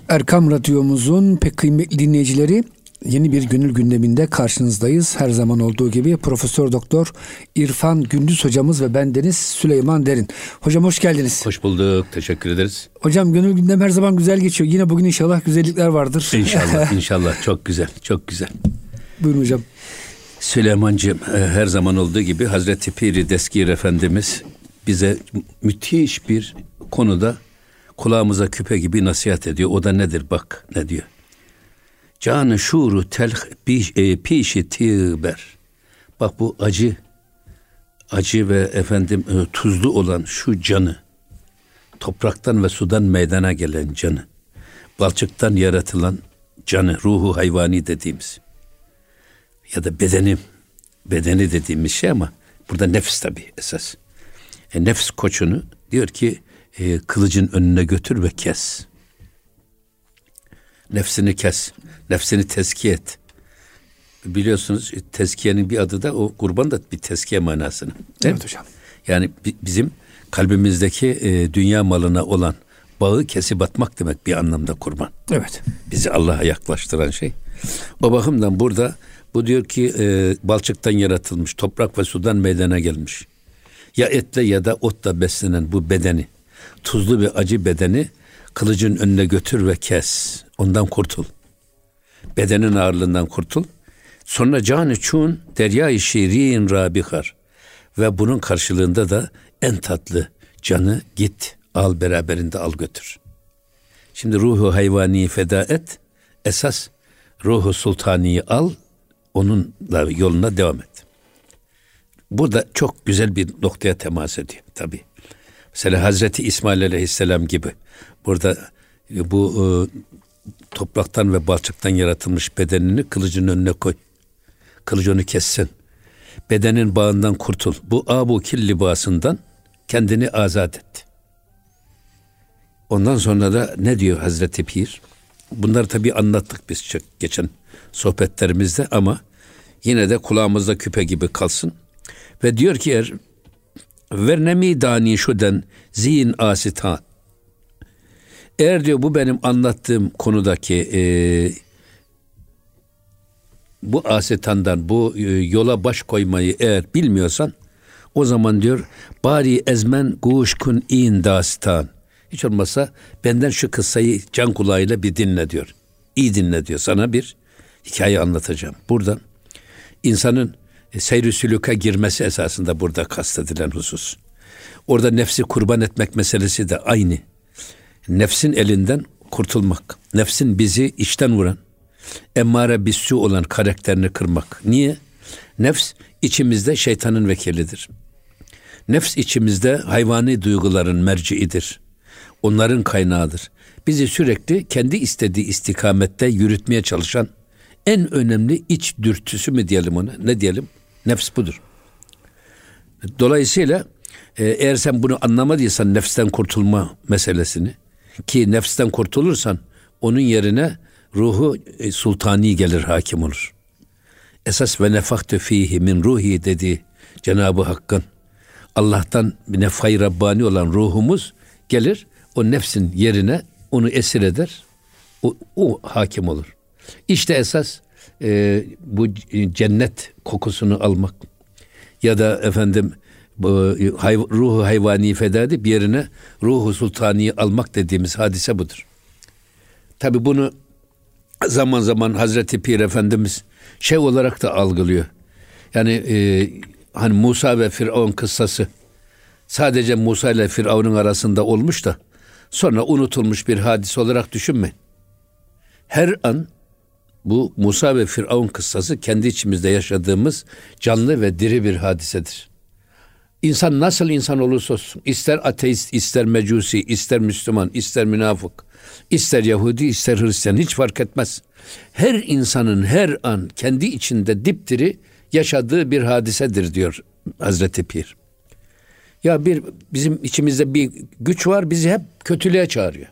Erkam Radyomuzun pek kıymetli dinleyicileri, yeni bir gönül gündeminde karşınızdayız. Her zaman olduğu gibi Profesör Doktor İrfan Gündüz hocamız ve bendeniz Süleyman Derin. Hocam hoş geldiniz. Hoş bulduk. Teşekkür ederiz. Hocam gönül gündem her zaman güzel geçiyor. Yine bugün inşallah güzellikler vardır. İnşallah, inşallah. Çok güzel, çok güzel. Buyurun hocam. Süleymancığım, her zaman olduğu gibi Hazreti Pir-i Deskir Efendimiz bize müthiş bir konuda kulağımıza küpe gibi nasihat ediyor. O da nedir? Bak ne diyor. Canı şuru telh pişi tiber. Bak bu acı ve tuzlu olan şu canı, topraktan ve sudan meydana gelen canı, balçıktan yaratılan canı, ruhu hayvani dediğimiz ya da bedeni dediğimiz şey, ama burada nefs tabii esas. Nefs koçunu diyor ki kılıcın önüne götür ve kes. Nefsini kes. Nefsini tezkiye et. Biliyorsunuz tezkiyenin bir adı da o, kurban da bir tezkiye manasını. Evet hocam. Yani bizim kalbimizdeki dünya malına olan bağı kesip atmak demek bir anlamda kurban. Evet. Bizi Allah'a yaklaştıran şey. O bakımdan burada bu diyor ki balçıktan yaratılmış, toprak ve sudan meydana gelmiş. Ya etle ya da otla beslenen bu bedeni, tuzlu ve acı bedeni kılıcın önüne götür ve kes. Ondan kurtul. Bedenin ağırlığından kurtul. Sonra canı çun deryayı şirin rabihar. Ve bunun karşılığında da en tatlı canı git al, beraberinde al götür. Şimdi ruhu hayvaniyi feda et. Esas ruhu sultaniyi al. Onunla yoluna devam et. Burada çok güzel bir noktaya temas ediyor tabii. Mesela Hazreti İsmail Aleyhisselam gibi burada bu topraktan ve balçıktan yaratılmış bedenini kılıcın önüne koy. Kılıç onu kessin. Bedenin bağından kurtul. Bu abu kil libasından kendini azat et. Ondan sonra da ne diyor Hazreti Pir? Bunları tabii anlattık biz çok geçen sohbetlerimizde, ama yine de kulağımızda küpe gibi kalsın. Ve diyor ki vernemi dani şuden zihin asitan. Eğer diyor bu benim anlattığım konudaki bu asetandan, bu yola baş koymayı eğer bilmiyorsan, o zaman diyor bari ezmen guşkun in dastan. Hiç olmazsa benden şu kıssayı can kulağıyla bir dinle diyor. İyi dinle diyor. Sana bir hikaye anlatacağım. Buradan insanın seyr-i sülûka girmesi esasında burada kastedilen husus. Orada nefsi kurban etmek meselesi de aynı. Nefsin elinden kurtulmak. Nefsin bizi içten vuran, emmare bissu olan karakterini kırmak. Niye? Nefs içimizde şeytanın vekilidir. Nefs içimizde hayvani duyguların merciidir. Onların kaynağıdır. Bizi sürekli kendi istediği istikamette yürütmeye çalışan en önemli iç dürtüsü mü diyelim ona? Ne diyelim? Nefs budur. Dolayısıyla eğer sen bunu anlamadıysan nefsten kurtulma meselesini, ki nefsten kurtulursan onun yerine ruhu sultani gelir, hakim olur. Esas ve nefahtü fihi min ruhi dedi Cenab-ı Hakk'ın. Allah'tan bir nefhay Rabbani olan ruhumuz gelir, o nefsin yerine onu esir eder, o hakim olur. İşte esas bu cennet kokusunu almak ya da ruhu hayvani feda edip yerine ruhu sultaniyi almak dediğimiz hadise budur. Tabi bunu zaman zaman Hazreti Pir Efendimiz olarak da algılıyor. Yani hani Musa ve Firavun kıssası sadece Musa ile Firavun'un arasında olmuş da sonra unutulmuş bir hadise olarak düşünmeyin. Her an bu Musa ve Firavun kıssası kendi içimizde yaşadığımız canlı ve diri bir hadisedir. İnsan nasıl insan olursa olsun, ister ateist, ister mecusi, ister Müslüman, ister münafık, ister Yahudi, ister Hristiyan, hiç fark etmez. Her insanın her an kendi içinde dipdiri yaşadığı bir hadisedir diyor Hazreti Pir. Ya bizim içimizde bir güç var, bizi hep kötülüğe çağırıyor.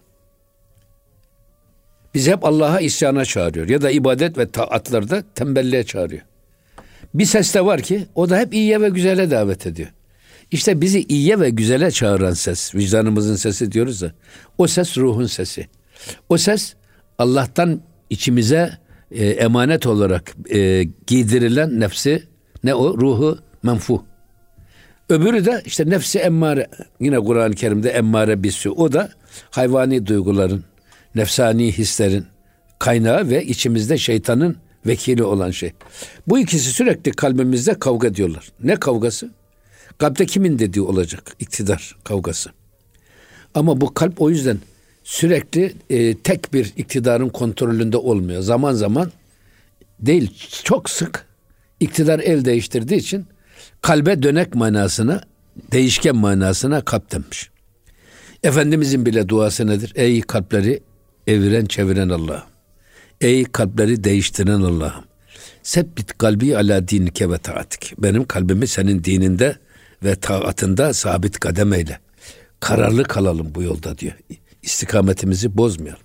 Bizi hep Allah'a isyana çağırıyor ya da ibadet ve taatlarda tembelliğe çağırıyor. Bir ses de var ki o da hep iyiye ve güzele davet ediyor. İşte bizi iyiye ve güzele çağıran ses, vicdanımızın sesi diyoruz ya, o ses ruhun sesi. O ses Allah'tan içimize emanet olarak giydirilen nefsi, ne o? Ruhu menfuh. Öbürü de işte nefsi emmare. Yine Kur'an-ı Kerim'de emmare bisü. O da hayvani duyguların, nefsani hislerin kaynağı ve içimizde şeytanın vekili olan şey. Bu ikisi sürekli kalbimizde kavga ediyorlar. Ne kavgası? Kalpte kimin dediği olacak? İktidar kavgası. Ama bu kalp o yüzden sürekli tek bir iktidarın kontrolünde olmuyor. Zaman zaman değil, çok sık iktidar el değiştirdiği için kalbe dönek manasına, değişken manasına kalp denmiş. Efendimizin bile duası nedir? Ey kalpleri eviren çeviren Allah'ım. Ey kalpleri değiştiren Allah'ım. Sebbit kalbi ala dinike ve taatik. Benim kalbimi senin dininde ve taatında sabit kadem eyle. Kararlı kalalım bu yolda diyor. İstikametimizi bozmayalım.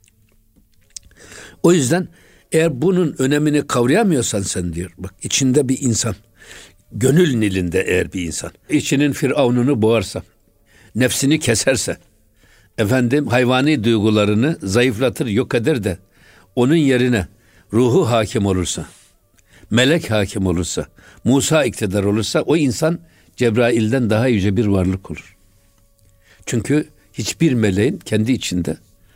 O yüzden eğer bunun önemini kavrayamıyorsan sen diyor. Bak içinde bir insan, gönül nilinde eğer bir insan, içinin firavununu boğarsa, nefsini keserse, hayvani duygularını zayıflatır, yok eder de onun yerine ruhu hakim olursa, melek hakim olursa, Musa iktidar olursa o insan Cebrail'den daha yüce bir varlık olur. Çünkü hiçbir meleğin kendi içinde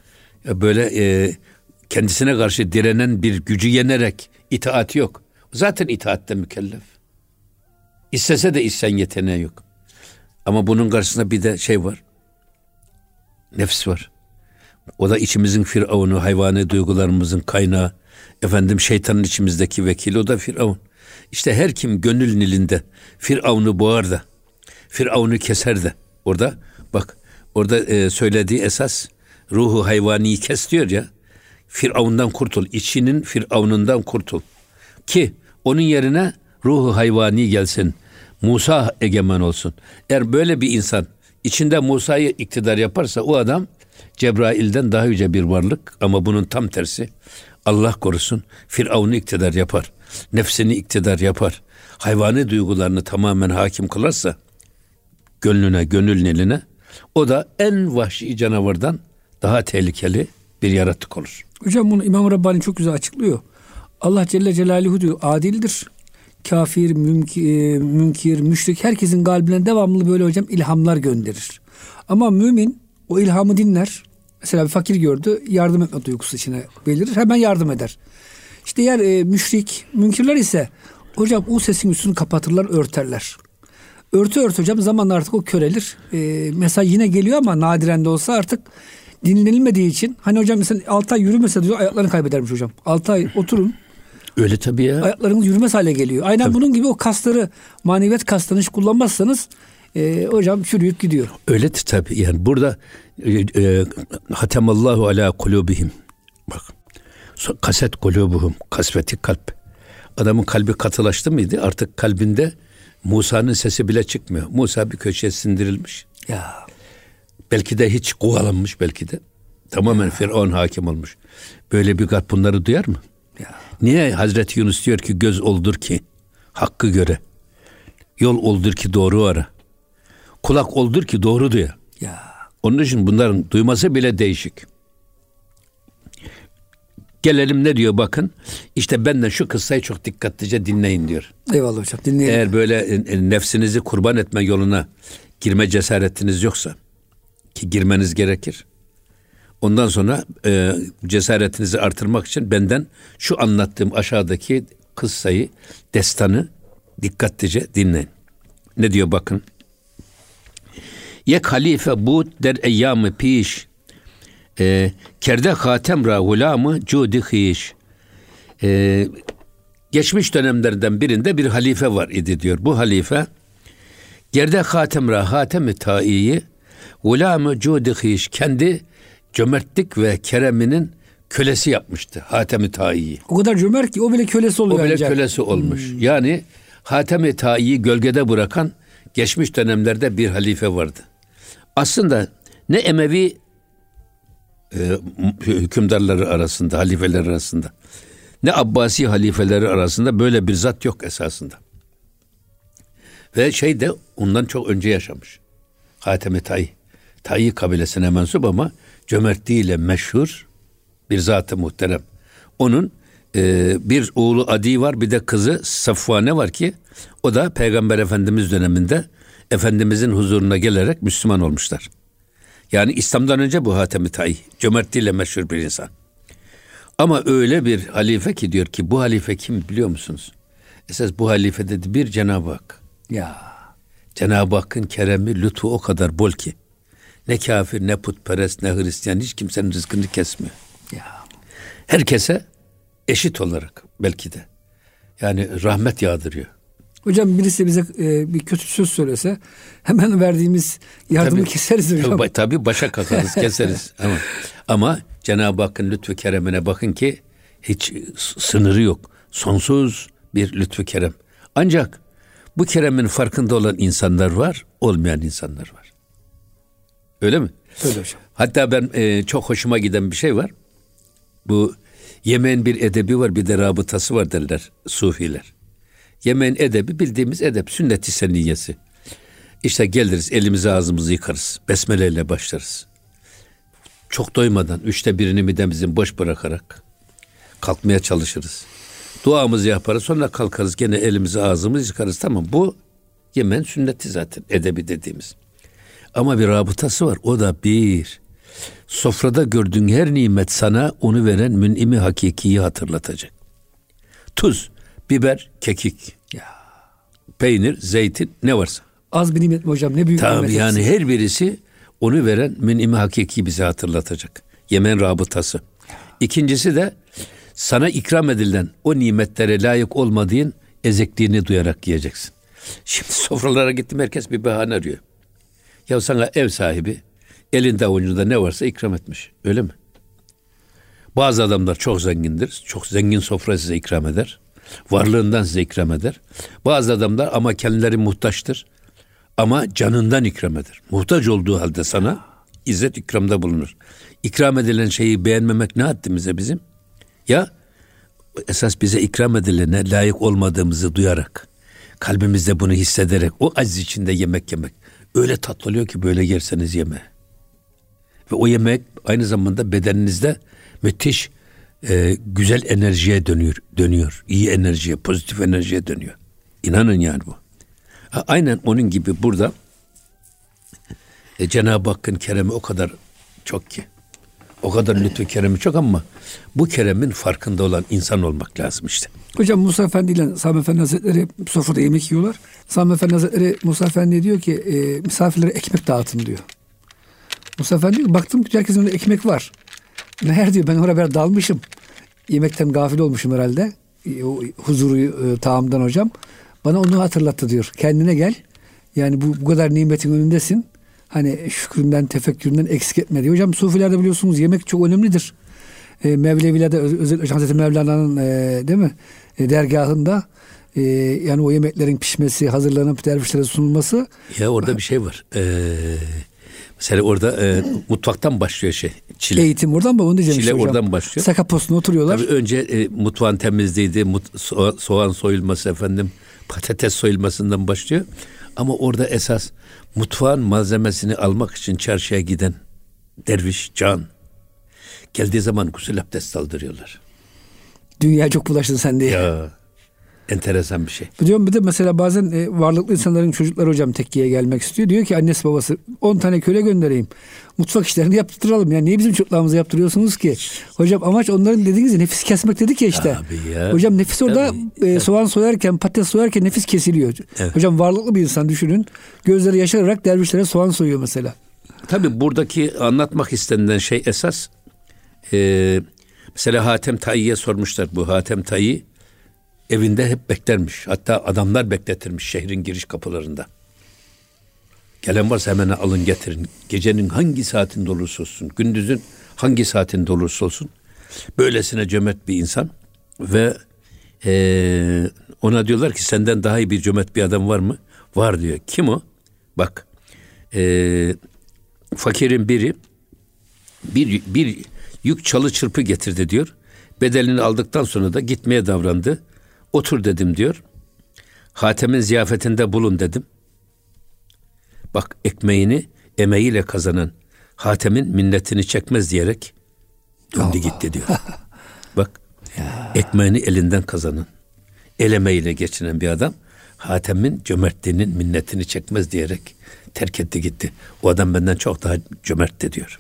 böyle kendisine karşı direnen bir gücü yenerek itaati yok. Zaten itaatte mükellef. İstese de isyan yeteneği yok. Ama bunun karşısında bir de şey var. Nefs var. O da içimizin firavunu, hayvani duygularımızın kaynağı. Şeytanın içimizdeki vekili, o da firavun. İşte her kim gönül nilinde firavunu boğar da, firavunu keser de, orada söylediği esas ruhu hayvaniyi kes diyor ya, firavundan kurtul, içinin firavunundan kurtul. Ki onun yerine ruhu hayvani gelsin, Musa egemen olsun. Eğer böyle bir insan içinde Musa'yı iktidar yaparsa o adam Cebrail'den daha yüce bir varlık, ama bunun tam tersi. Allah korusun, Firavun'u iktidar yapar, nefsini iktidar yapar, hayvani duygularını tamamen hakim kılarsa gönlüne, gönül niline, o da en vahşi canavardan daha tehlikeli bir yaratık olur. Hocam bunu İmam Rabbani çok güzel açıklıyor. Allah Celle Celaluhu diyor, adildir. Kafir, münkir, müşrik herkesin kalbine devamlı böyle hocam ilhamlar gönderir. Ama mümin o ilhamı dinler. Mesela bir fakir gördü, yardım etme duygusu içine belirir, hemen yardım eder. İşte eğer müşrik, münkirler ise hocam o sesin üstünü kapatırlar, örterler. Örtü hocam zamanla artık o körelir. Mesela yine geliyor ama nadiren de olsa artık dinlenilmediği için. Hani hocam mesela 6 ay yürümese diyor, ayaklarını kaybedermiş hocam. 6 ay oturun. Öyle tabii ya. Ayaklarınız yürümez hale geliyor. Aynen tabii. Bunun gibi o kasları, maneviyat kaslarını hiç kullanmazsanız hocam çürüyüp gidiyor. Öyle tabii. Yani burada hatemallahu ala kulubihim. Bak. Kaset kulubuhum. Kasveti kalp. Adamın kalbi katılaştı mıydı? Artık kalbinde Musa'nın sesi bile çıkmıyor. Musa bir köşeye sindirilmiş. Ya. Belki de hiç kovalanmış, belki de. Tamamen Firavun hakim olmuş. Böyle bir kalp bunları duyar mı? Ya. Niye Hazreti Yunus diyor ki göz oldur ki hakkı göre, yol oldur ki doğru ara, kulak oldur ki doğru duya. Ya. Onun için bunların duyması bile değişik. Gelelim ne diyor bakın. İşte benden şu kıssayı çok dikkatlice dinleyin diyor. Eyvallah hocam, dinleyelim. Eğer böyle nefsinizi kurban etme yoluna girme cesaretiniz yoksa, ki girmeniz gerekir. Ondan sonra cesaretinizi artırmak için benden şu anlattığım aşağıdaki kıssayı, destanı dikkatlice dinleyin. Ne diyor bakın. Yek halife bu der eyyamı piş, kerde hatem ra gulamı cudi hiş. Geçmiş dönemlerden birinde bir halife var idi diyor. Bu halife gerde hatem ra hatemi taiyi gulamı cudi hiş, kendi cömertlik ve kereminin kölesi yapmıştı Hatem-i Tai'yi. O kadar cömert ki o bile kölesi oluyor. O bile kölesi olmuş. Yani Hatem-i Tai'yi gölgede bırakan geçmiş dönemlerde bir halife vardı. Aslında ne Emevi hükümdarları arasında, halifeler arasında, ne Abbasi halifeleri arasında böyle bir zat yok esasında. Ve de ondan çok önce yaşamış. Hatem-i Tai. Tai kabilesine mensup ama cömertliğiyle meşhur Bir zat-ı muhterem. Onun bir oğlu Adi var, bir de kızı Safvane var ki o da Peygamber Efendimiz döneminde Efendimizin huzuruna gelerek Müslüman olmuşlar. Yani İslam'dan önce bu Hatem-i Ta'i, cömertliğiyle meşhur bir insan. Ama öyle bir halife ki diyor ki bu halife kim biliyor musunuz? Esas bu halife dedi bir Cenab-ı Hak. Ya. Cenab-ı Hakk'ın keremi, lütfu o kadar bol ki ne kafir, ne putperest, ne Hristiyan hiç kimsenin rızkını kesmiyor. Ya. Herkese eşit olarak belki de. Yani rahmet yağdırıyor. Hocam birisi bize bir kötü söz söylese hemen verdiğimiz yardımı keseriz hocam. Tabii başa kakarız, keseriz. Ama Cenab-ı Hakk'ın lütfu keremine bakın ki hiç sınırı yok. Sonsuz bir lütfu kerem. Ancak bu keremin farkında olan insanlar var, olmayan insanlar var. Öyle mi? Öyle hocam. Hatta ben çok hoşuma giden bir şey var. Bu Yemen bir edebi var, bir de rabıtası var derler Sufiler. Yemen edebi bildiğimiz edep, sünnet-i seniyyesi. İşte geliriz, elimizi ağzımızı yıkarız. Besmele ile başlarız. Çok doymadan 1/3 midemizin boş bırakarak kalkmaya çalışırız. Duamızı yaparız, sonra kalkarız, gene elimizi ağzımızı yıkarız. Tamam, bu Yemen sünneti zaten, edebi dediğimiz. Ama bir rabıtası var, o da bir. Sofrada gördüğün her nimet sana onu veren mün'imi hakikiyi hatırlatacak. Tuz, biber, kekik, peynir, zeytin, ne varsa. Az bir nimet mi hocam? Ne büyük nimet. Tabii yani her birisi onu veren mün'imi hakiki bize hatırlatacak. Yemen rabıtası. İkincisi de sana ikram edilen o nimetlere layık olmadığın ezekliğini duyarak yiyeceksin. Şimdi sofralara gittim, herkes bir bahane arıyor. Ya sana ev sahibi elinde avucunda ne varsa ikram etmiş. Öyle mi? Bazı adamlar çok zengindir. Çok zengin sofra size ikram eder. Varlığından size ikram eder. Bazı adamlar ama kendileri muhtaçtır. Ama canından ikram eder. Muhtaç olduğu halde sana izzet ikramda bulunur. İkram edilen şeyi beğenmemek ne haddimize bizim? Ya esas bize ikram edilene layık olmadığımızı duyarak, kalbimizde bunu hissederek o aciz içinde yemek yemek. Öyle tatlı oluyor ki böyle yerseniz yeme. Ve o yemek aynı zamanda bedeninizde müthiş güzel enerjiye dönüyor. İyi enerjiye, pozitif enerjiye dönüyor. İnanın yani bu. Aynen onun gibi burada Cenab-ı Hakk'ın keremi o kadar çok ki. O kadar lütfu keremi çok ama bu keremin farkında olan insan olmak lazım işte. Hocam Musa Efendi ile Sami Efendi Hazretleri sofrada yemek yiyorlar. Sami Efendi Hazretleri Musa Efendi diyor ki misafirlere ekmek dağıtın diyor. Musa Efendi diyor baktım herkesin önünde ekmek var. Meğer diyor ben oraya biraz dalmışım. Yemekten gafil olmuşum herhalde. O huzuru taamdan hocam. Bana onu hatırlattı diyor. Kendine gel. Yani bu kadar nimetin önündesin. Hani şükründen, tefekküründen eksik etme diyor. Hocam Sufilerde biliyorsunuz yemek çok önemlidir. Mevlevilerde özellikle Hazreti Mevlana'nın değil mi? Dergahında yani o yemeklerin pişmesi, hazırlanıp dervişlere sunulması. Ya orada bir şey var. Mesela orada mutfaktan başlıyor çile. Eğitim oradan mı? Onu diyeceğim çile işte oradan başlıyor. Saka postuna oturuyorlar. Tabii önce mutfağın temizliğiydi, soğan soyulması patates soyulmasından başlıyor. Ama orada esas mutfağın malzemesini almak için çarşıya giden derviş, can geldiği zaman gusül abdest aldırıyorlar. Dünya çok bulaştın sen diye. Ya enteresan bir şey. Biliyorum bir de mesela bazen varlıklı insanların çocukları hocam tekkiye gelmek istiyor. Diyor ki annesi babası 10 tane köle göndereyim. Mutfak işlerini yaptıralım. Yani niye bizim çocuklarımızı yaptırıyorsunuz ki? Hocam amaç onların dediğiniz nefis kesmek dedik ya işte. Ya. Hocam nefis orada soğan soyarken, patates soyarken nefis kesiliyor. Evet. Hocam varlıklı bir insan düşünün. Gözleri yaşararak dervişlere soğan soyuyor mesela. Tabii buradaki anlatmak istenilen şey esas mesela Hatem Ta'i'ye sormuşlar. Bu Hatem Ta'i evinde hep beklermiş. Hatta adamlar bekletirmiş şehrin giriş kapılarında. Gelen varsa hemen alın getirin. Gecenin hangi saatinde olursa olsun, gündüzün hangi saatinde olursa olsun. Böylesine cömert bir insan ve ona diyorlar ki senden daha iyi bir cömert bir adam var mı? Var diyor. Kim o? Bak fakirin biri bir yük çalı çırpı getirdi diyor. Bedelini aldıktan sonra da gitmeye davrandı. Otur dedim diyor. Hatem'in ziyafetinde bulun dedim. Bak emeğiyle kazanan Hatem'in minnetini çekmez diyerek Döndü gitti diyor. Bak ekmeğini elinden kazanan, el emeğiyle geçinen bir adam Hatem'in cömertliğinin minnetini çekmez diyerek terk etti gitti. O adam benden çok daha cömertti diyor.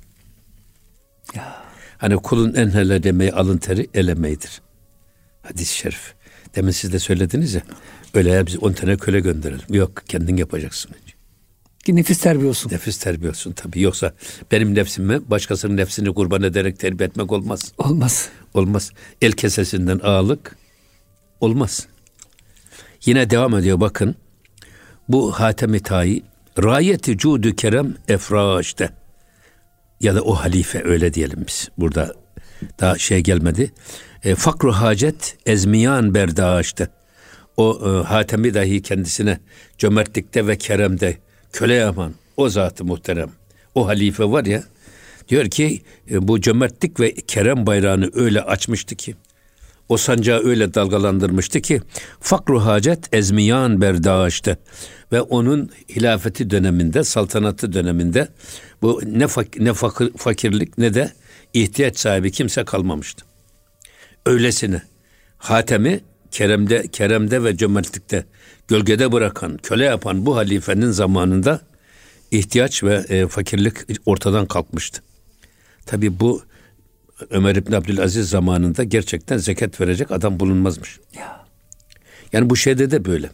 Ya. Hani kulun en helal emeği alın teri el emeğidir. Hadis-i şerif. Demin siz de söylediniz ya, öyle ya biz 10 tane köle gönderelim. Yok, kendin yapacaksın önce. Ki nefis terbiye olsun. Nefis terbiye olsun tabii. Yoksa benim nefsimi başkasının nefsini kurban ederek terbiye etmek olmaz. Olmaz. Olmaz. El kesesinden ağalık olmaz. Yine devam ediyor bakın. Bu Hatem-i Tayi rayeti cudu kerem efraşte, ya da o halife öyle diyelim biz. Burada daha şey gelmedi. Fakru hacet ezmiyan berdaşte. O Hatem'i dahi kendisine cömertlikte ve keremde köle yapan o zat-ı muhterem, o halife var ya, diyor ki bu cömertlik ve kerem bayrağını öyle açmıştı ki, o sancağı öyle dalgalandırmıştı ki fakru hacet ezmiyan berdaşte, ve onun hilafeti döneminde, saltanatı döneminde bu ne fakirlik ne de ihtiyaç sahibi kimse kalmamıştı. Öylesine Hatem'i keremde ve cömertlikte gölgede bırakan, köle yapan bu halifenin zamanında ihtiyaç ve fakirlik ortadan kalkmıştı. Tabii bu Ömer İbni Abdülaziz zamanında gerçekten zekat verecek adam bulunmazmış. Yani bu şeyde de böyle.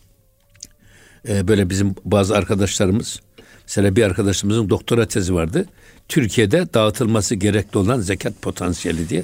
Böyle bizim bazı arkadaşlarımız, mesela bir arkadaşımızın doktora tezi vardı. Türkiye'de dağıtılması gerekli olan zekat potansiyeli diye.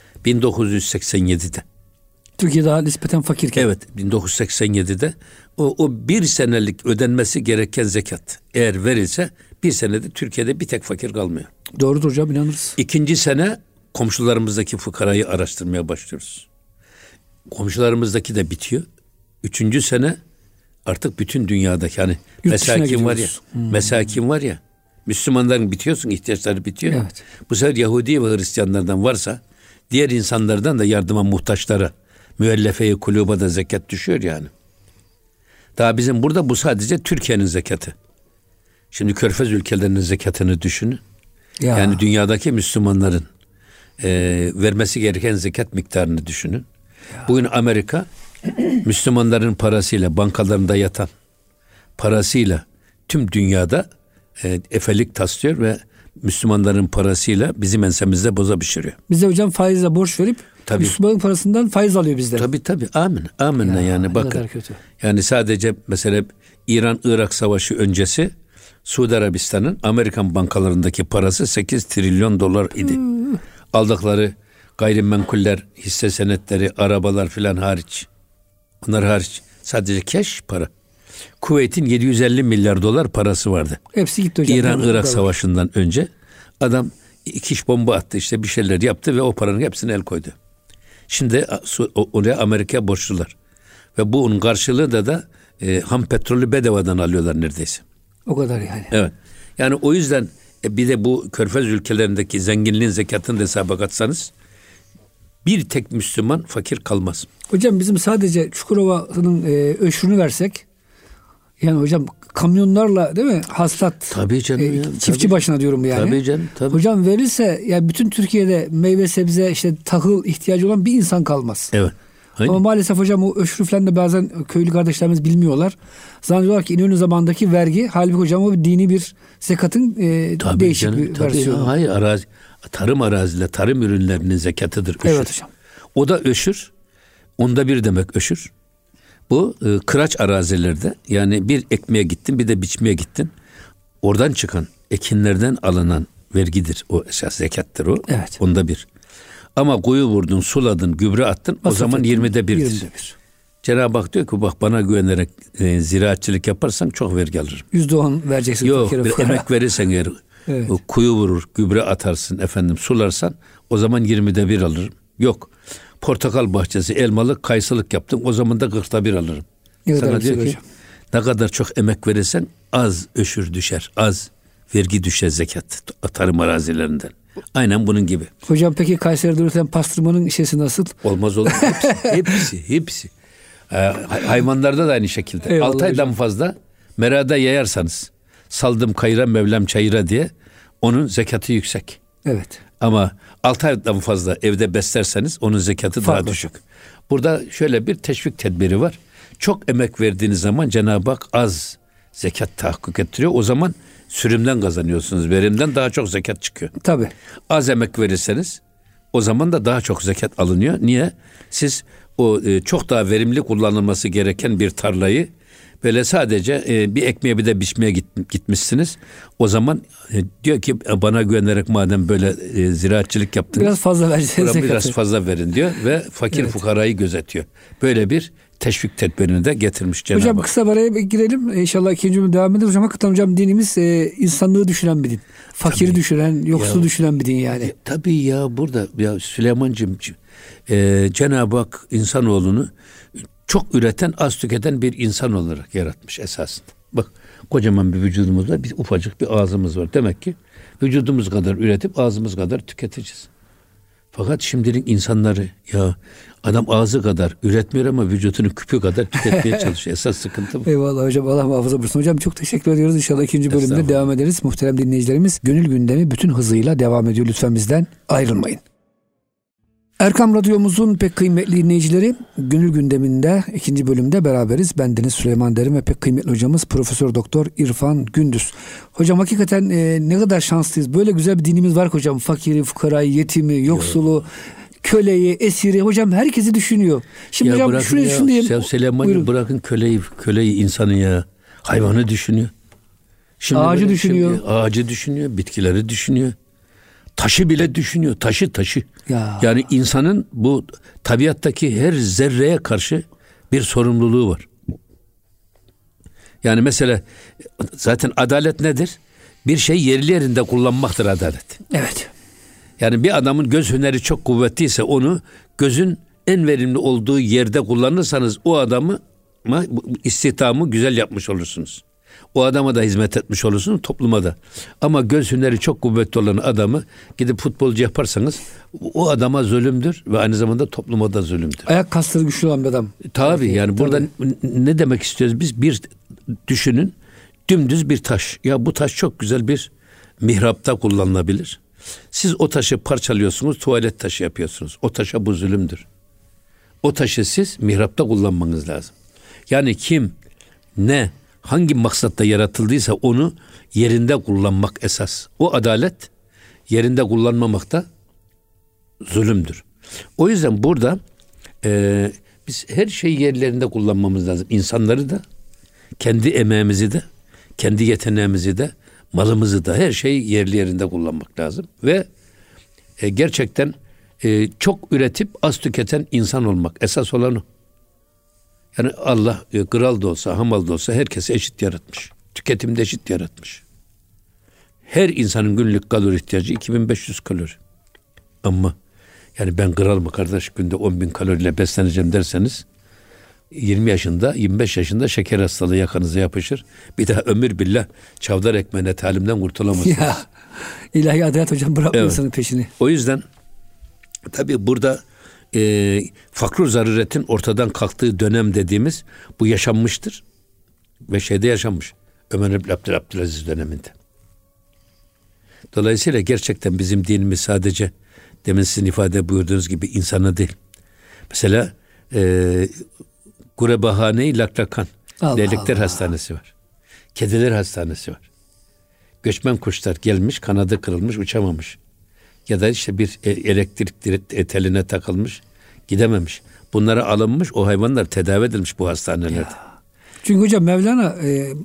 1987'de. Türkiye daha nispeten fakirken. Evet, 1987'de o bir senelik ödenmesi gereken zekat eğer verilse bir senede Türkiye'de bir tek fakir kalmıyor. Doğrudur hocam, inanırız. İkinci sene komşularımızdaki fukarayı araştırmaya başlıyoruz. Komşularımızdaki de bitiyor. Üçüncü sene artık bütün dünyadaki, hani mesakin var ya, Müslümanların bitiyorsun, ihtiyaçları bitiyor. Evet. Bu sefer Yahudi ve Hristiyanlardan varsa diğer insanlardan da yardıma muhtaçlara, müellefe-i kuluba da zekat düşüyor yani. Daha bizim burada bu sadece Türkiye'nin zekatı. Şimdi Körfez ülkelerinin zekatını düşünün. Ya. Yani dünyadaki Müslümanların vermesi gereken zekat miktarını düşünün. Ya. Bugün Amerika Müslümanların parasıyla, bankalarında yatan parasıyla tüm dünyada efelik taslıyor ve Müslümanların parasıyla bizim ensemizde boza pişiriyor. Bize hocam faizle borç verip tabii. Müslümanın parasından faiz alıyor bizden. Tabii. Amin. Yani bakın. Yani sadece mesela İran-Irak Savaşı öncesi Suudi Arabistan'ın Amerikan bankalarındaki parası 8 trilyon dolar idi. Aldıkları gayrimenkuller, hisse senetleri, arabalar filan hariç. Onlar hariç sadece cash para. Kuveyt'in 750 milyar dolar parası vardı. Hepsi gitti hocam. İran-Irak Savaşı'ndan önce adam 2 bomba attı, işte bir şeyler yaptı ve o paranın hepsini el koydu. Şimdi oraya Amerika'ya borçlular. Ve bunun karşılığı da ham petrolü bedavadan alıyorlar neredeyse. O kadar yani. Evet. Yani o yüzden bir de bu Körfez ülkelerindeki zenginliğin zekatını da hesaba katsanız bir tek Müslüman fakir kalmaz. Hocam bizim sadece Çukurova'nın öşrünü versek, yani hocam kamyonlarla değil mi hastat, tabii canım çiftçi tabii. Başına diyorum yani. Tabii canım. Tabii. Hocam verirse yani bütün Türkiye'de meyve sebze işte tahıl ihtiyacı olan bir insan kalmaz. Evet. Aynen. Ama maalesef hocam o öşrü falan da bazen köylü kardeşlerimiz bilmiyorlar. Zannediyorlar ki İnönü zamandaki vergi, halbuki hocam o dini bir zekatın değişik bir versiyonu. Hayır, tarım araziyle tarım ürünlerinin zekatıdır öşür. Evet hocam. O da öşür. Onda bir demek öşür. Bu kıraç arazilerde, yani bir ekmeye gittin bir de biçmeye gittin. Oradan çıkan ekinlerden alınan vergidir. O esas zekattır o. Evet. Onda bir. Ama kuyu vurdun, suladın, gübre attın, o zaman 20'de birdir. 20'de bir. Cenab-ı Hak diyor ki bak bana güvenerek ziraatçılık yaparsan çok vergi alırım. %10 vereceksin. Yok, bir emek verirsen eğer evet. Kuyu vurur, gübre atarsın, sularsan o zaman 20'de bir alırım. Yok. Portakal bahçesi, elmalık, kayısılık yaptın, o zaman da 40'ta bir alırım. Sana diyor ki hocam, ne kadar çok emek verirsen az öşür düşer, az vergi düşer zekat tarım arazilerinden. Aynen bunun gibi. Hocam peki Kayseri'de üretilen pastırmanın işesi nasıl? Olmaz olur. Hepsi. Hayvanlarda da aynı şekilde. Eyvallah 6 aydan hocam. fazla merada yayarsanız, saldım kayıra Mevlam çayıra diye, onun zekatı yüksek. Evet. Ama 6 aydan fazla evde beslerseniz onun zekatı daha düşük. Burada şöyle bir teşvik tedbiri var. Çok emek verdiğiniz zaman Cenab-ı Hak az zekat tahakkuk ettiriyor. O zaman sürümden kazanıyorsunuz. Verimden daha çok zekat çıkıyor. Tabii. Az emek verirseniz o zaman da daha çok zekat alınıyor. Niye? Siz o çok daha verimli kullanılması gereken bir tarlayı böyle sadece bir ekmeğe bir de biçmeye gitmişsiniz. O zaman diyor ki bana güvenerek madem böyle ziraatçılık yaptınız. Biraz fazla verseniz biraz fazla verin diyor ve fakir fukarayı gözetiyor. Böyle bir teşvik tedbirini de getirmiş Cenab-ı Hak. Hocam kısa bir araya girelim. İnşallah ikinci bölüm devam ederiz. Hakikaten hocam dinimiz insanlığı düşünen bir din. Fakiri tabii. Düşünen, yoksul düşünen bir din yani. Tabii ya burada ya Süleyman'cığım Cenab-ı Hak insanoğlunu çok üreten, az tüketen bir insan olarak yaratmış esasında. Bak kocaman bir vücudumuz var, bir ufacık bir ağzımız var. Demek ki vücudumuz kadar üretip ağzımız kadar tüketeceğiz. Fakat şimdilik insanları ya adam ağzı kadar üretmiyor ama vücudunun küpü kadar tüketmeye çalışıyor. Esas sıkıntı bu. Eyvallah hocam, Allah muhafaza buyursun. Hocam çok teşekkür ediyoruz. İnşallah ikinci bölümde devam ederiz. Muhterem dinleyicilerimiz, Gönül Gündemi bütün hızıyla devam ediyor. Lütfen bizden ayrılmayın. Erkam Radyomuzun pek kıymetli dinleyicileri, Gönül Gündemi'nde ikinci bölümde beraberiz. Bendeniz Süleyman Derin ve pek kıymetli hocamız Profesör Doktor İrfan Gündüz. Hocam hakikaten ne kadar şanslıyız. Böyle güzel bir dinimiz var hocam. Fakiri, fukarayı, yetimi, yoksulu, köleyi, esiri. Hocam herkesi düşünüyor. Şimdi ya hocam şunu diyelim. Süleyman bırakın köleyi insanı ya. Hayvanı düşünüyor. Şimdi ağacı düşünüyor. Ağacı düşünüyor, bitkileri düşünüyor. Taşı bile düşünüyor. Taşı. Ya. Yani insanın bu tabiattaki her zerreye karşı bir sorumluluğu var. Yani mesela zaten adalet nedir? Bir şey yerli yerinde kullanmaktır adalet. Evet. Yani bir adamın göz hüneri çok kuvvetliyse onu gözün en verimli olduğu yerde kullanırsanız o adamı istihdamı güzel yapmış olursunuz. O adama da hizmet etmiş olursunuz, topluma da. Ama göz hüneri çok kuvvetli olan adamı gidip futbolcu yaparsanız o adama zulümdür ve aynı zamanda topluma da zulümdür. Ayak kasları güçlü olan bir adam. Tabii yani burada ne demek istiyoruz biz? Bir düşünün, dümdüz bir taş. Ya bu taş çok güzel bir mihrapta kullanılabilir. Siz o taşı parçalıyorsunuz, tuvalet taşı yapıyorsunuz. O taşa bu zulümdür. O taşı siz mihrapta kullanmanız lazım. Yani kim, ne, hangi maksatta yaratıldıysa onu yerinde kullanmak esas. O adalet, yerinde kullanmamak da zulümdür. O yüzden burada biz her şeyi yerlerinde kullanmamız lazım. İnsanları da, kendi emeğimizi de, kendi yeteneğimizi de, malımızı da, her şeyi yerli yerinde kullanmak lazım. Ve gerçekten çok üretip az tüketen insan olmak esas olan o. Yani Allah kral da olsa, hamal da olsa herkesi eşit yaratmış. Tüketimde eşit yaratmış. Her insanın günlük kalori ihtiyacı 2500 kalori. Ama yani ben kral mı kardeş günde 10.000 kaloriyle besleneceğim derseniz 20 yaşında, 25 yaşında şeker hastalığı yakanıza yapışır. Bir daha ömür billah çavdar ekmeğine talimden kurtulamazsınız. Ya, ilahi adalet hocam bırakmıyor insanın peşini. O yüzden tabii burada fakr-ı zaruretin ortadan kalktığı dönem dediğimiz bu yaşanmıştır. Ve şeyde yaşanmış. Ömer ibn Abdülaziz döneminde. Dolayısıyla gerçekten bizim dinimiz sadece demin sizin ifade buyurduğunuz gibi insana değil. Mesela Gurebahane-i Laklakan Leylekler Hastanesi var. Kediler Hastanesi var. Göçmen kuşlar gelmiş, kanadı kırılmış, uçamamış. Ya da işte bir elektrik teline takılmış, gidememiş. Bunlara alınmış, o hayvanlar tedavi edilmiş bu hastanelerde. Ya. Çünkü hocam Mevlana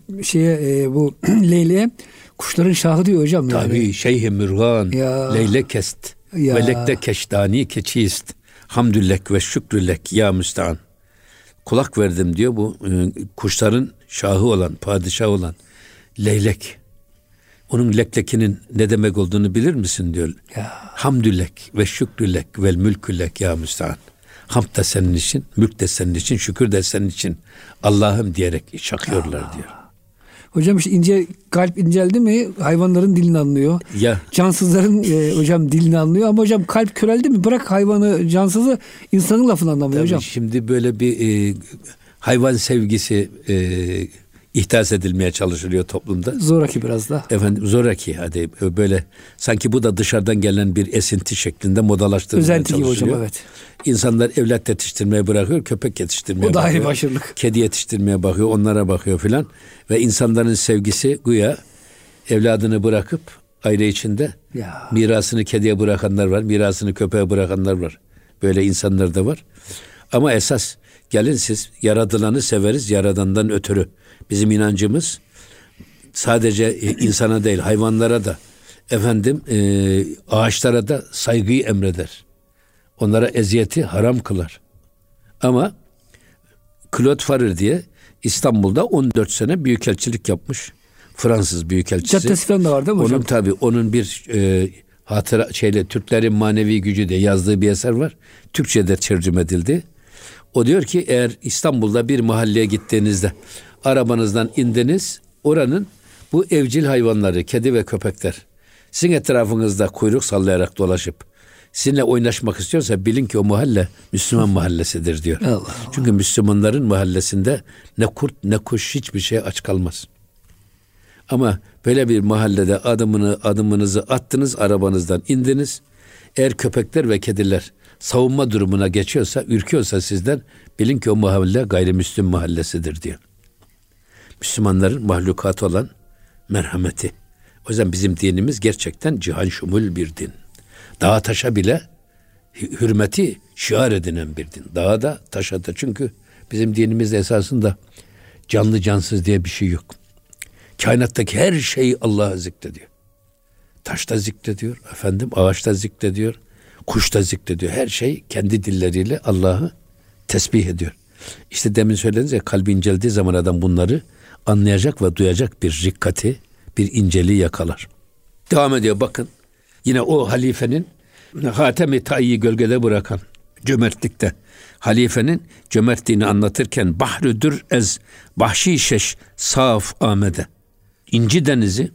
bu leyleğe kuşların şahı diyor hocam. Tabii yani. Şeyh-i Mürgan, leylek kest, velekte keştani keçist, hamdüllek ve şükrülek ya müstean. Kulak verdim diyor bu kuşların şahı olan, padişahı olan leylek. Onun leklekinin ne demek olduğunu bilir misin diyor. Ya. Hamdülek ve şükrülek vel mülkülek ya müstean. Hamd da senin için, mülk de senin için, şükür de senin için. Allah'ım diyerek şakıyorlar diyor. Hocam işte kalp inceldi mi hayvanların dilini anlıyor. Ya. Cansızların hocam dilini anlıyor ama hocam kalp köreldi mi bırak hayvanı cansızı insanın lafını anlamıyor. Tabii hocam. Şimdi böyle bir hayvan sevgisi ihdas edilmeye çalışılıyor toplumda. Zoraki biraz da. Efendim zoraki, hadi böyle sanki bu da dışarıdan gelen bir esinti şeklinde modalaştırılmaya Özenti gibi çalışılıyor. hocam, evet. İnsanlar evlat yetiştirmeye bırakıyor, köpek yetiştirmeye O da bakıyor. ayrı başarılık. Kedi yetiştirmeye bakıyor, onlara bakıyor filan. Ve insanların sevgisi güya evladını bırakıp aile içinde mirasını kediye bırakanlar var, mirasını köpeğe bırakanlar var. Böyle insanlar da var. Ama esas gelin siz yaradılanı severiz yaradandan ötürü. Bizim inancımız sadece insana değil hayvanlara da ağaçlara da saygıyı emreder. Onlara eziyeti haram kılar. Ama Claude Farrer diye İstanbul'da 14 sene büyükelçilik yapmış. Fransız büyükelçisi. Caddesi falan da var değil mi hocam? Onun bir hatıra Türklerin manevi gücü diye yazdığı bir eser var. Türkçe'de tercüme edildi. O diyor ki eğer İstanbul'da bir mahalleye gittiğinizde arabanızdan indiniz, oranın bu evcil hayvanları, kedi ve köpekler sizin etrafınızda kuyruk sallayarak dolaşıp sizinle oynaşmak istiyorsa bilin ki o mahalle Müslüman mahallesidir diyor. Allah Allah. Çünkü Müslümanların mahallesinde ne kurt ne kuş hiçbir şey aç kalmaz. Ama böyle bir mahallede adımınızı attınız, arabanızdan indiniz. Eğer köpekler ve kediler savunma durumuna geçiyorsa, ürküyorsa sizden bilin ki o mahalle gayrimüslim mahallesidir diyor. Müslümanların mahlukatı olan merhameti. O yüzden bizim dinimiz gerçekten cihan şumul bir din. Dağa taşa bile hürmeti şiar edinen bir din. Dağa da taşa da, çünkü bizim dinimizde esasında canlı cansız diye bir şey yok. Kainattaki her şeyi Allah'a zikrediyor. Taşta zikrediyor, ağaçta zikrediyor, kuşta zikrediyor. Her şey kendi dilleriyle Allah'ı tesbih ediyor. İşte demin söylediniz ya, kalbi inceldiği zaman adam bunları anlayacak ve duyacak bir rikkati, bir inceliği yakalar. Devam ediyor bakın. Yine o halifenin Hatem-i Ta'i'yi gölgede bırakan cömertlikte halifenin cömertliğini anlatırken bahrüdür ez bahşişeş saf amede. İnci denizi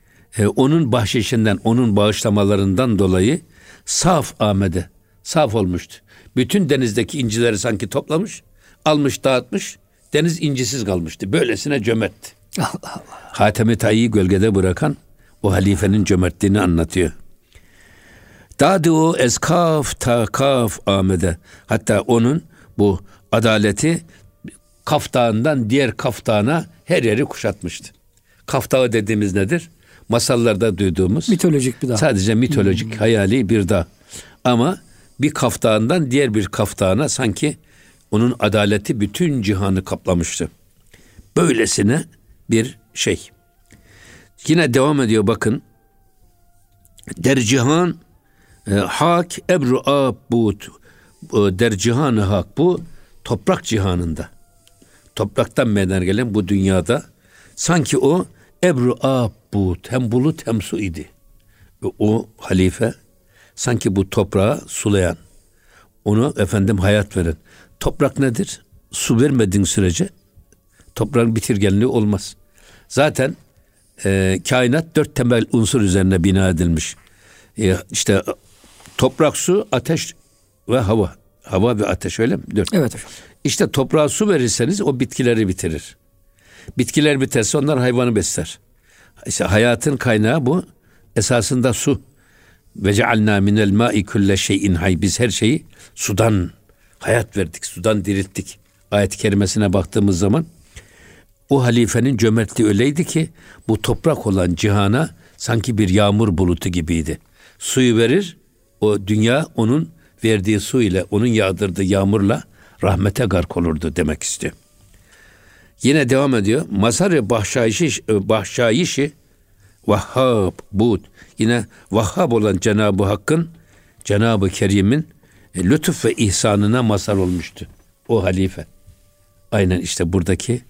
onun bahşişinden, onun bağışlamalarından dolayı saf amede, saf olmuştu. Bütün denizdeki incileri sanki toplamış, almış, dağıtmış, deniz incisiz kalmıştı. Böylesine cömertti. Allah Allah. Hatem-i Ta'i'yi gölgede bırakan o halifenin cömertliğini anlatıyor. Dâdi o ez kaf ta kaf amede. Hatta onun bu adaleti Kaf Dağı'ndan diğer Kaf Dağı'na her yeri kuşatmıştı. Kaf Dağı dediğimiz nedir? Masallarda duyduğumuz. Mitolojik bir dağ. Sadece mitolojik, hayali bir dağ. Ama bir Kaf Dağı'ndan diğer bir Kaf Dağı'na sanki onun adaleti bütün cihanı kaplamıştı. Böylesine bir şey. Yine devam ediyor bakın. Dercihan hak ebru abut. Dercihan-ı hak, bu toprak cihanında. Topraktan meydana gelen bu dünyada sanki o ebru abut, hem bulut hem su idi. O halife sanki bu toprağı sulayan, onu hayat veren. Toprak nedir? Su vermediğin sürece toprağın bitirgenliği olmaz. Zaten kainat 4 temel unsur üzerine bina edilmiş. İşte toprak, su, ateş ve hava. Hava ve ateş, öyle mi? 4. Evet hocam. İşte toprağa su verirseniz o bitkileri bitirir. Bitkiler biterse onlar hayvanı besler. İşte hayatın kaynağı bu. Esasında su. Ve cealna minel ma'i kulle şeyin hay. Biz her şeyi sudan hayat verdik, sudan dirilttik. Ayet-i kerimesine baktığımız zaman o halifenin cömertliği öyleydi ki bu toprak olan cihana sanki bir yağmur bulutu gibiydi. Suyu verir, o dünya onun verdiği su ile, onun yağdırdığı yağmurla rahmete gark olurdu demek istiyor. Yine devam ediyor. Mazhar-ı bahşayişi Vahhab bud. Yine Vahhab olan Cenab-ı Hakk'ın, Cenab-ı Kerim'in lütuf ve ihsanına mazhar olmuştu o halife. Aynen işte buradaki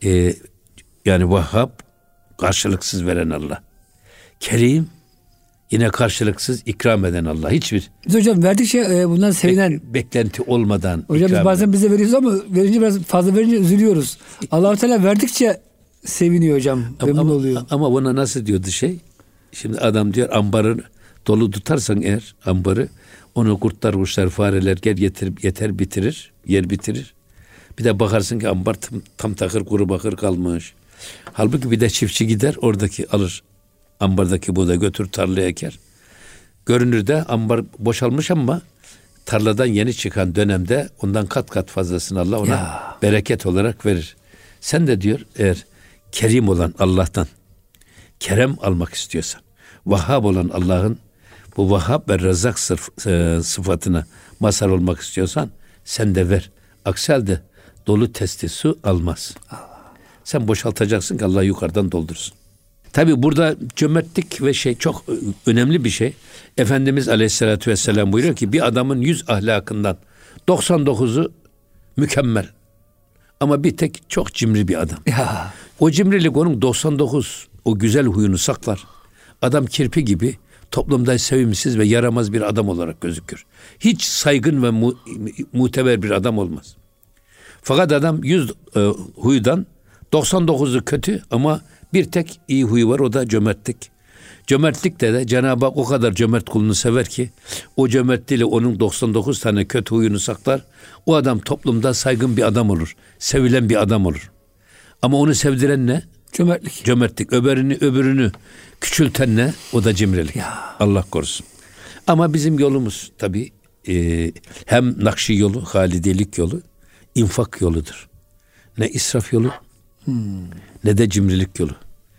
yani Vahhab karşılıksız veren Allah. Kerim yine karşılıksız ikram eden Allah. Hiçbir Biz hocam verdikçe bundan sevinen beklenti olmadan. Hocam biz bazen bize veriyoruz ama verince biraz fazla verince üzülüyoruz. Allah-u Teala verdikçe seviniyor hocam. Memnun oluyor. Ama buna nasıl diyordu şey? Şimdi adam diyor ambarı dolu tutarsan eğer ambarı, onu kurtlar, kuşlar, fareler yeter bitirir, yer bitirir. Bir de bakarsın ki ambar tam takır kuru bakır kalmış. Halbuki bir de çiftçi gider oradaki alır. Ambardaki buğday götür tarlaya eker. Görünürde ambar boşalmış ama tarladan yeni çıkan dönemde ondan kat kat fazlasını Allah ona bereket olarak verir. Sen de diyor eğer kerim olan Allah'tan kerem almak istiyorsan, Vahhab olan Allah'ın bu Vahhab ve Rezzak sıfatına mazhar olmak istiyorsan sen de ver. Aksi halde dolu testi su almaz. Sen boşaltacaksın ki Allah yukarıdan doldursun. Tabi burada cömertlik ve çok önemli bir şey. Efendimiz Aleyhisselatü Vesselam buyuruyor ki bir adamın 100 ahlakından 99'u mükemmel. Ama bir tek çok cimri bir adam. Ya. O cimrilik onun 99 o güzel huyunu saklar. Adam kirpi gibi toplumda sevimsiz ve yaramaz bir adam olarak gözükür. Hiç saygın ve muteber bir adam olmaz. Fakat adam 100 huydan 99'u kötü ama bir tek iyi huyu var, o da cömertlik. Cömertlikte de Cenab-ı Hak o kadar cömert kulunu sever ki o cömertliğiyle onun 99 tane kötü huyunu saklar. O adam toplumda saygın bir adam olur. Sevilen bir adam olur. Ama onu sevdiren ne? Cömertlik. Cömertlik. Öbürünü küçülten ne? O da cimrilik. Ya. Allah korusun. Ama bizim yolumuz tabii hem Nakşi yolu, Halidilik yolu, infak yoludur. Ne israf yolu, ne de cimrilik yolu.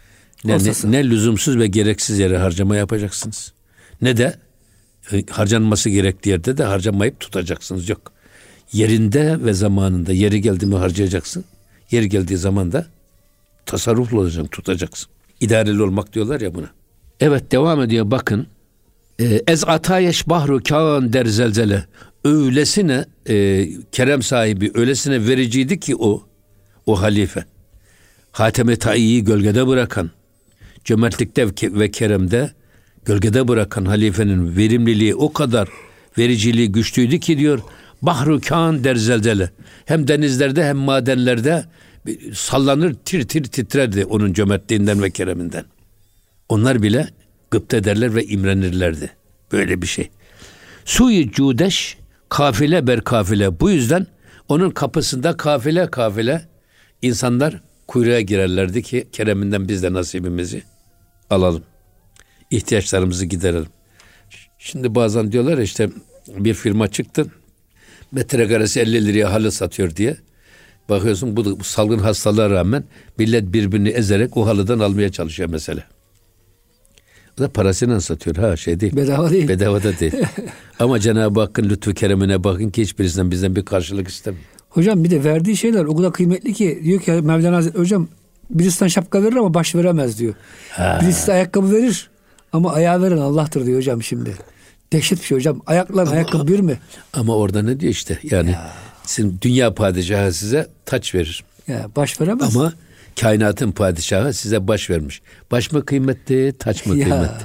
Ne lüzumsuz ve gereksiz yere harcama yapacaksınız. Ne de harcanması gerektiği yerde de harcamayıp tutacaksınız. Yok. Yerinde ve zamanında, yeri geldi mi harcayacaksın. Yeri geldiği zaman da tasarruflu olacaksın, tutacaksın. İdareli olmak diyorlar ya buna. Evet, devam ediyor bakın. Ez atayeş bahru kâan der zelzele. Öylesine kerem sahibi, öylesine vericiydi ki o halife. Hatem-i Ta'i'yi gölgede bırakan, cömertlikte ve keremde gölgede bırakan halifenin verimliliği o kadar, vericiliği güçlüydü ki diyor, bahru kâan der zelzele. Hem denizlerde hem madenlerde sallanır, tir tir titrerdi onun cömertliğinden ve kereminden. Onlar bile gıpta ederler ve imrenirlerdi. Böyle bir şey. Suyu cudeş, kafile ber kafile. Bu yüzden onun kapısında kafile kafile insanlar kuyruğa girerlerdi ki kereminden biz de nasibimizi alalım. İhtiyaçlarımızı giderelim. Şimdi bazen diyorlar işte bir firma çıktı, metrekaresi 50 liraya halı satıyor diye. Bakıyorsun bu salgın hastalığa rağmen millet birbirini ezerek o halıdan almaya çalışıyor mesela. O da parasıyla satıyor. Değil. Bedava değil. Bedava da değil. Ama Cenab-ı Hakk'ın lütfu keremine bakın ki hiçbirisinden bizden bir karşılık istemiyor. Hocam bir de verdiği şeyler o kadar kıymetli ki diyor ki Mevlana Hazretleri, hocam birisinden şapka verir ama baş veremez diyor. Birisi de ayakkabı verir ama ayağı veren Allah'tır diyor hocam şimdi. Dehşet bir şey hocam. Ayakla ayakkabı bir mi? Ama orada ne diyor işte yani sizin dünya padişahı size taç verir. Ya baş veremez. Ama kainatın padişahı size baş vermiş. Baş mı kıymetli, taç mı kıymetli?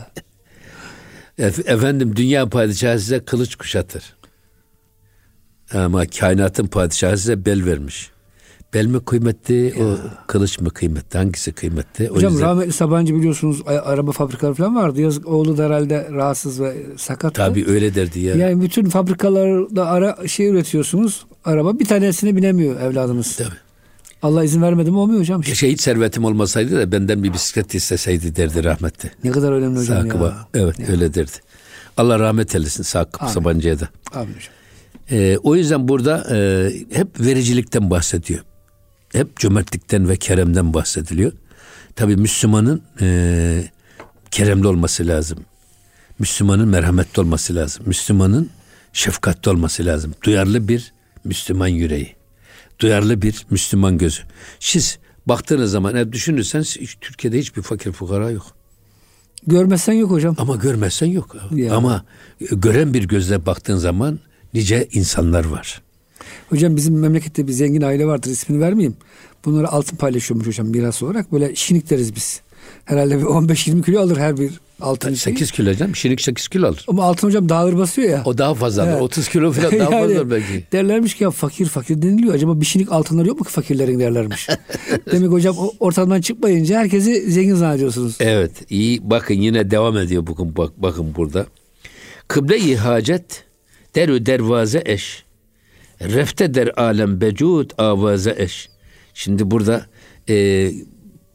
Efendim dünya padişahı size kılıç kuşatır. Ama kainatın padişahı size bel vermiş. Bel mi kıymetli, o kılıç mı kıymetli? Hangisi kıymetli? Hocam yüzden... rahmetli Sabancı biliyorsunuz araba fabrikaları falan vardı. Yazık oğlu da herhalde rahatsız ve sakat. Tabii öyle derdi ya. Yani bütün fabrikalarda üretiyorsunuz. Araba bir tanesine binemiyor evladımız. Tabii. Allah izin vermedi mi olmuyor hocam. Hiç servetim olmasaydı da benden bir bisiklet isteseydi derdi rahmetli. Ne kadar önemli hocam Sakıba. ya. Evet ya. Öyle derdi. Allah rahmet eylesin Sakıp Sabancı'ya da. Amin hocam. O yüzden burada hep vericilikten bahsediyor. Hep cömertlikten ve keremden bahsediliyor. Tabii Müslümanın keremli olması lazım. Müslümanın merhametli olması lazım. Müslümanın şefkatli olması lazım. Duyarlı bir Müslüman yüreği. Duyarlı bir Müslüman gözü. Siz baktığınız zaman düşünürseniz Türkiye'de hiçbir fakir fukara yok. Görmezsen yok hocam. Ama görmezsen yok. Ya. Ama gören bir gözle baktığın zaman nice insanlar var. Hocam bizim memlekette bir zengin aile vardır, ismini vermeyeyim. Bunları altın paylaşıyormuş hocam miras olarak. Böyle şinik deriz biz. Herhalde bir 15-20 kilo alır her bir altın. 8 kilo hocam. Şinik 8 kilo alır. Ama altın hocam daha ağır basıyor ya. O daha fazla alır. 30 kilo falan daha yani, fazla belki. Derlermiş ki ya fakir deniliyor. Acaba bir şinik altınları yok mu ki fakirlerin derlermiş. Demek hocam ortadan çıkmayınca herkesi zengin zannediyorsunuz. Evet. İyi bakın yine devam ediyor bugün bakın burada. Kıble-i hacet derü dervaze eş. Refte der alem becud avaze eş. Şimdi burada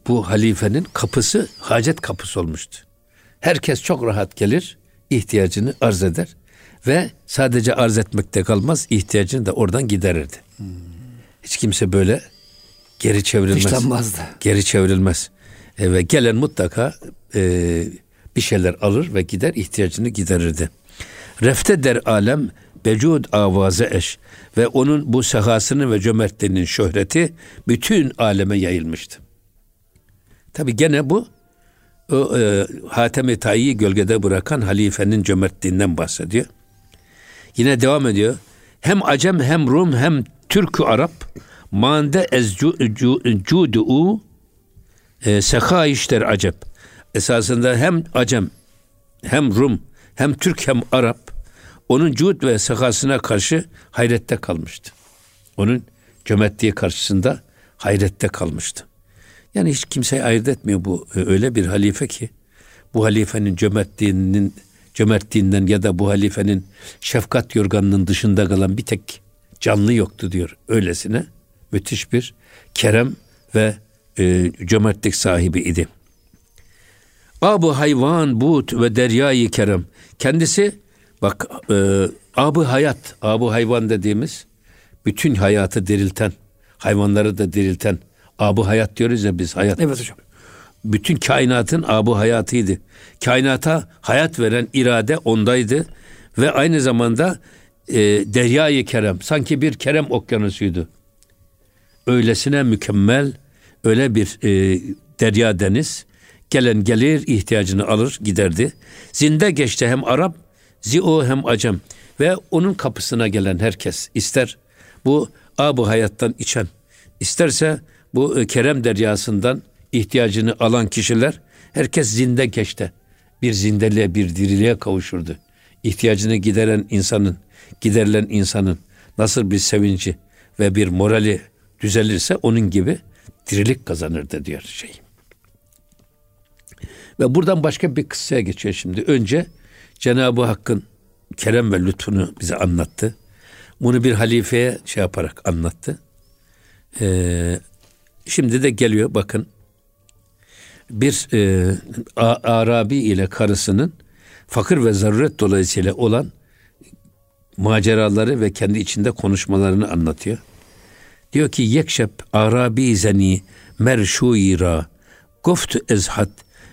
bu halifenin kapısı hacet kapısı olmuştu. Herkes çok rahat gelir, ihtiyacını arz eder ve sadece arz etmekte kalmaz, ihtiyacını da oradan giderirdi. Hiç kimse böyle geri çevrilmez. Dışlanmazdı. Geri çevrilmez. Ve gelen mutlaka bir şeyler alır ve gider, ihtiyacını giderirdi. Refte der alem becud avaze eş, ve onun bu sehasının ve cömertliğinin şöhreti bütün aleme yayılmıştı. Tabi gene bu Hatem-i Tayy'i gölgede bırakan halifenin cömertliğinden bahsediyor. Yine devam ediyor. Hem Acem hem Rum hem Türk-ü Arap mande ez cudu sekhaişler acep. Esasında hem Acem hem Rum hem Türk hem Arap onun cud ve sekasına karşı hayrette kalmıştı. Onun cömertliği karşısında hayrette kalmıştı. Yani hiç kimseyi ayırt etmiyor bu. Öyle bir halife ki bu halifenin cömertliğinden ya da bu halifenin şefkat yorganının dışında kalan bir tek canlı yoktu diyor. Öylesine müthiş bir kerem ve cömertlik sahibi idi. Ab-ı hayvan but ve deryayı kerem. Kendisi bak ab-ı hayat, ab-ı hayvan dediğimiz bütün hayatı dirilten, hayvanları da dirilten ab-ı hayat diyoruz ya biz, hayat. Evet hocam. Bütün kainatın ab-ı hayatıydı. Kainata hayat veren irade ondaydı ve aynı zamanda deryayı kerem, sanki bir kerem okyanusuydu. Öylesine mükemmel, öyle bir derya deniz, gelen gelir, ihtiyacını alır giderdi. Zinde geçti hem Arap, zio hem Acem ve onun kapısına gelen herkes, ister bu ab-ı hayattan içen, isterse bu kerem deryasından ihtiyacını alan kişiler, herkes zinde geçti. Bir zindeliğe, bir diriliğe kavuşurdu. İhtiyacını giderilen insanın nasıl bir sevinci ve bir morali düzelirse onun gibi dirilik kazanırdı diyor şey. Ve buradan başka bir kıssaya geçiyor şimdi. Önce Cenab-ı Hakk'ın kerem ve lütfunu bize anlattı. Bunu bir halifeye yaparak anlattı. Şimdi de geliyor bakın. Bir Arabi ile karısının fakir ve zaruret dolayısıyla olan maceraları ve kendi içinde konuşmalarını anlatıyor. Diyor ki yekşep Arabi zeni merşuyira goftu ezhat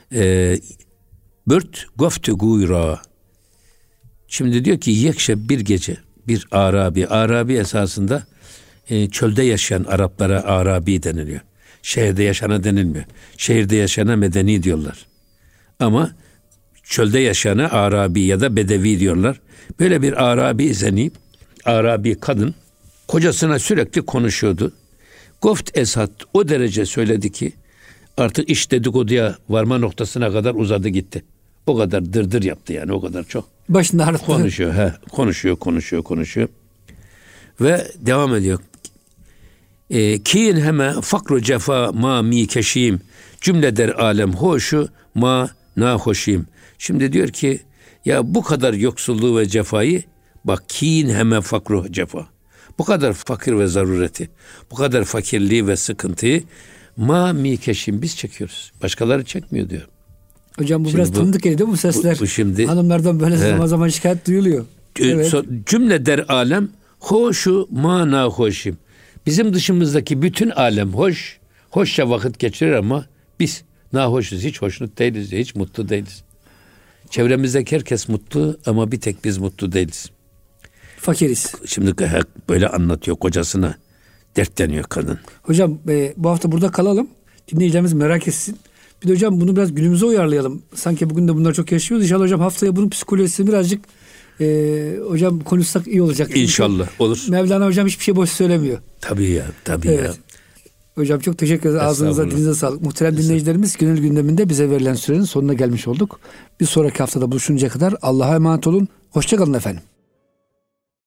bürt goftu guyra. Şimdi diyor ki yekşep bir gece bir Arabi esasında çölde yaşayan Araplara Arabi deniliyor. Şehirde yaşana denilmiyor. Şehirde yaşana medeni diyorlar. Ama çölde yaşana Arabi ya da Bedevi diyorlar. Böyle bir Arabi kadın kocasına sürekli konuşuyordu. Goft eshat o derece söyledi ki artık iş dedikoduya varma noktasına kadar uzadı gitti. O kadar dırdır yaptı yani, o kadar çok. Başında ağrıttı. Konuşuyor. Ve devam ediyor. Kin heme fakru cefa ma mi keşim cümle der alem hoşu ma na hoşim. Şimdi diyor ki ya bu kadar yoksulluğu ve cefayı, bak kin heme fakru cefa. Bu kadar fakir ve zarureti, bu kadar fakirliği ve sıkıntıyı ma mi keşim biz çekiyoruz. Başkaları çekmiyor diyor. Hocam bu şimdi biraz tanıdık geliyor değil mi bu sesler? Bu şimdi hanımlardan böyle zaman zaman şikayet duyuluyor. Evet. Cümle der alem hoşu ma na hoşim. Bizim dışımızdaki bütün alem hoşça vakit geçirir ama biz nahoşuz, hiç hoşnut değiliz, hiç mutlu değiliz. Çevremizdeki herkes mutlu ama bir tek biz mutlu değiliz. Fakiriz. Şimdi böyle anlatıyor kocasına, dertleniyor kadın. Hocam bu hafta burada kalalım. Dinleyicilerimiz merak etsin. Bir de hocam bunu biraz günümüze uyarlayalım. Sanki bugün de bunları çok yaşıyoruz. İnşallah hocam haftaya bunun psikolojisini birazcık hocam konuşsak iyi olacak. İnşallah olur. Mevlana hocam hiçbir şey boş söylemiyor. Tabii ya. Hocam çok teşekkür ederiz. Ağzınıza, dilinize sağlık. Muhterem dinleyicilerimiz, gönül gündeminde bize verilen sürenin sonuna gelmiş olduk. Bir sonraki haftada buluşuncaya kadar Allah'a emanet olun. Hoşça kalın efendim.